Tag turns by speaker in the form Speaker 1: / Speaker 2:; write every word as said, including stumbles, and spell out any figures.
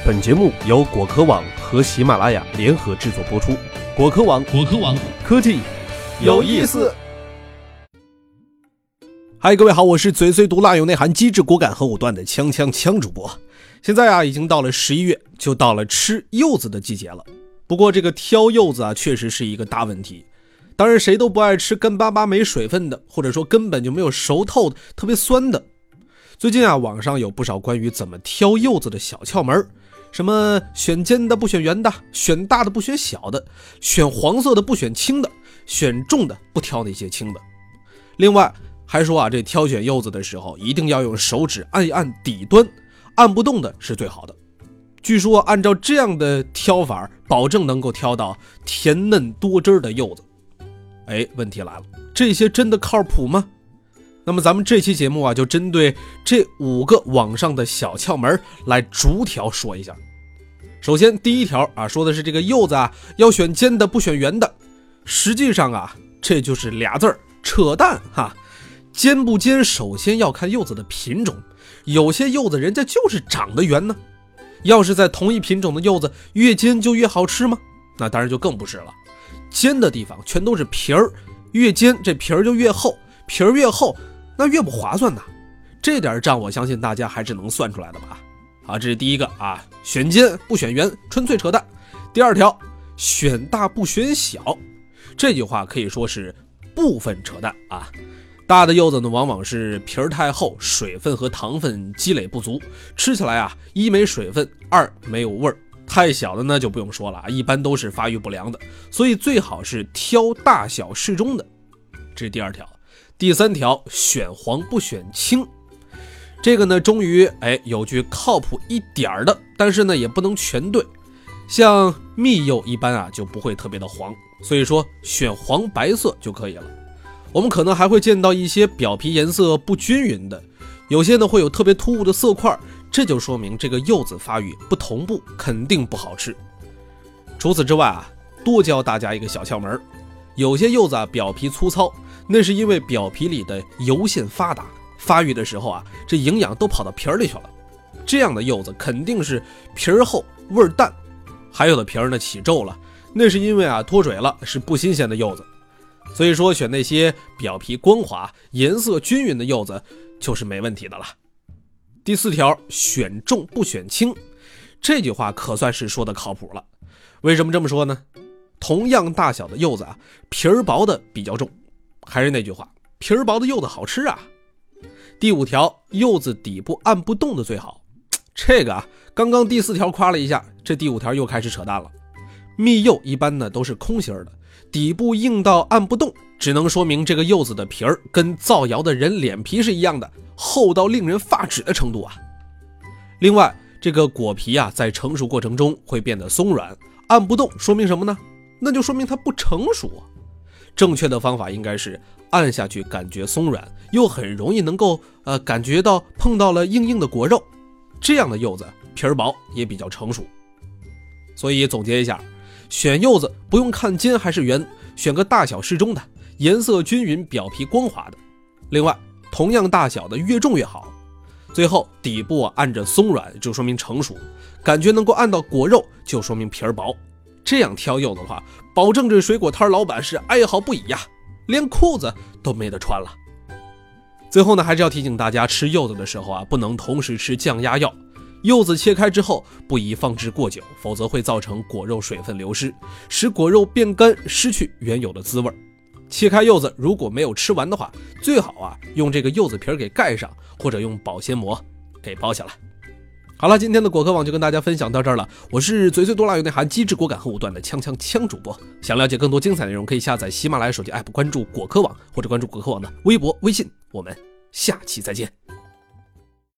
Speaker 1: 本节目由果壳网和喜马拉雅联合制作播出。果壳网，
Speaker 2: 果壳网，
Speaker 1: 科技有意思。嗨，各位好，我是嘴嘴毒辣有内涵、机智果敢和武断的锵锵锵主播。现在啊，已经到了十一月，就到了吃柚子的季节了。不过这个挑柚子啊，确实是一个大问题。当然，谁都不爱吃干巴巴没水分的，或者说根本就没有熟透的、特别酸的。最近啊，网上有不少关于怎么挑柚子的小窍门，什么选尖的不选圆的，选大的不选小的，选黄色的不选青的，选重的不挑那些轻的。另外还说啊，这挑选柚子的时候一定要用手指按一按底端，按不动的是最好的。据说按照这样的挑法，保证能够挑到甜嫩多汁的柚子。哎，问题来了，这些真的靠谱吗？那么咱们这期节目啊，就针对这五个网上的小窍门来逐条说一下。首先第一条啊，说的是这个柚子啊，要选尖的不选圆的。实际上啊，这就是俩字儿，扯淡哈。尖不尖，首先要看柚子的品种，有些柚子人家就是长得圆呢。要是在同一品种的柚子，越尖就越好吃吗？那当然就更不是了。尖的地方全都是皮儿，越尖这皮儿就越厚，皮儿越厚那越不划算呐。这点账我相信大家还是能算出来的吧。好，这是第一个啊，选尖不选圆，纯粹扯淡。第二条，选大不选小，这句话可以说是部分扯淡啊。大的柚子呢，往往是皮儿太厚，水分和糖分积累不足，吃起来啊，一没水分，二没有味儿。太小的呢就不用说了啊，一般都是发育不良的，所以最好是挑大小适中的。这是第二条。第三条，选黄不选青。这个呢，终于哎有句靠谱一点的，但是呢也不能全对。像蜜柚一般啊就不会特别的黄，所以说选黄白色就可以了。我们可能还会见到一些表皮颜色不均匀的，有些呢会有特别突兀的色块，这就说明这个柚子发育不同步，肯定不好吃。除此之外啊，多教大家一个小窍门，有些柚子啊表皮粗糙，那是因为表皮里的油腺发达，发育的时候啊，这营养都跑到皮儿里去了。这样的柚子肯定是皮儿厚味儿淡，还有的皮儿呢起皱了，那是因为啊脱水了，是不新鲜的柚子。所以说选那些表皮光滑颜色均匀的柚子就是没问题的了。第四条，选重不选轻，这句话可算是说的靠谱了。为什么这么说呢？同样大小的柚子啊，皮儿薄的比较重，还是那句话，皮儿薄的柚子好吃啊。第五条，柚子底部按不动的最好。这个啊，刚刚第四条夸了一下，这第五条又开始扯淡了。蜜柚一般呢都是空心的，底部硬到按不动，只能说明这个柚子的皮儿跟造谣的人脸皮是一样的，厚到令人发指的程度啊。另外，这个果皮啊在成熟过程中会变得松软，按不动说明什么呢？那就说明它不成熟啊。正确的方法应该是按下去感觉松软，又很容易能够呃感觉到碰到了硬硬的果肉，这样的柚子皮儿薄也比较成熟。所以总结一下，选柚子不用看尖还是圆，选个大小适中的，颜色均匀，表皮光滑的。另外，同样大小的越重越好。最后底部啊按着松软就说明成熟，感觉能够按到果肉就说明皮儿薄。这样挑柚子的话，保证这水果摊老板是哀嚎不已呀，连裤子都没得穿了。最后呢，还是要提醒大家，吃柚子的时候啊，不能同时吃降压药。柚子切开之后不宜放置过久，否则会造成果肉水分流失，使果肉变干，失去原有的滋味。切开柚子如果没有吃完的话，最好啊用这个柚子皮给盖上，或者用保鲜膜给包起来。好了，今天的果壳网就跟大家分享到这儿了。我是嘴嘴多辣有内涵、机智果敢和武断的锵锵锵主播。想了解更多精彩内容，可以下载喜马拉雅手机 app， 关注果壳网或者关注果壳网的微博、微信。我们下期再见。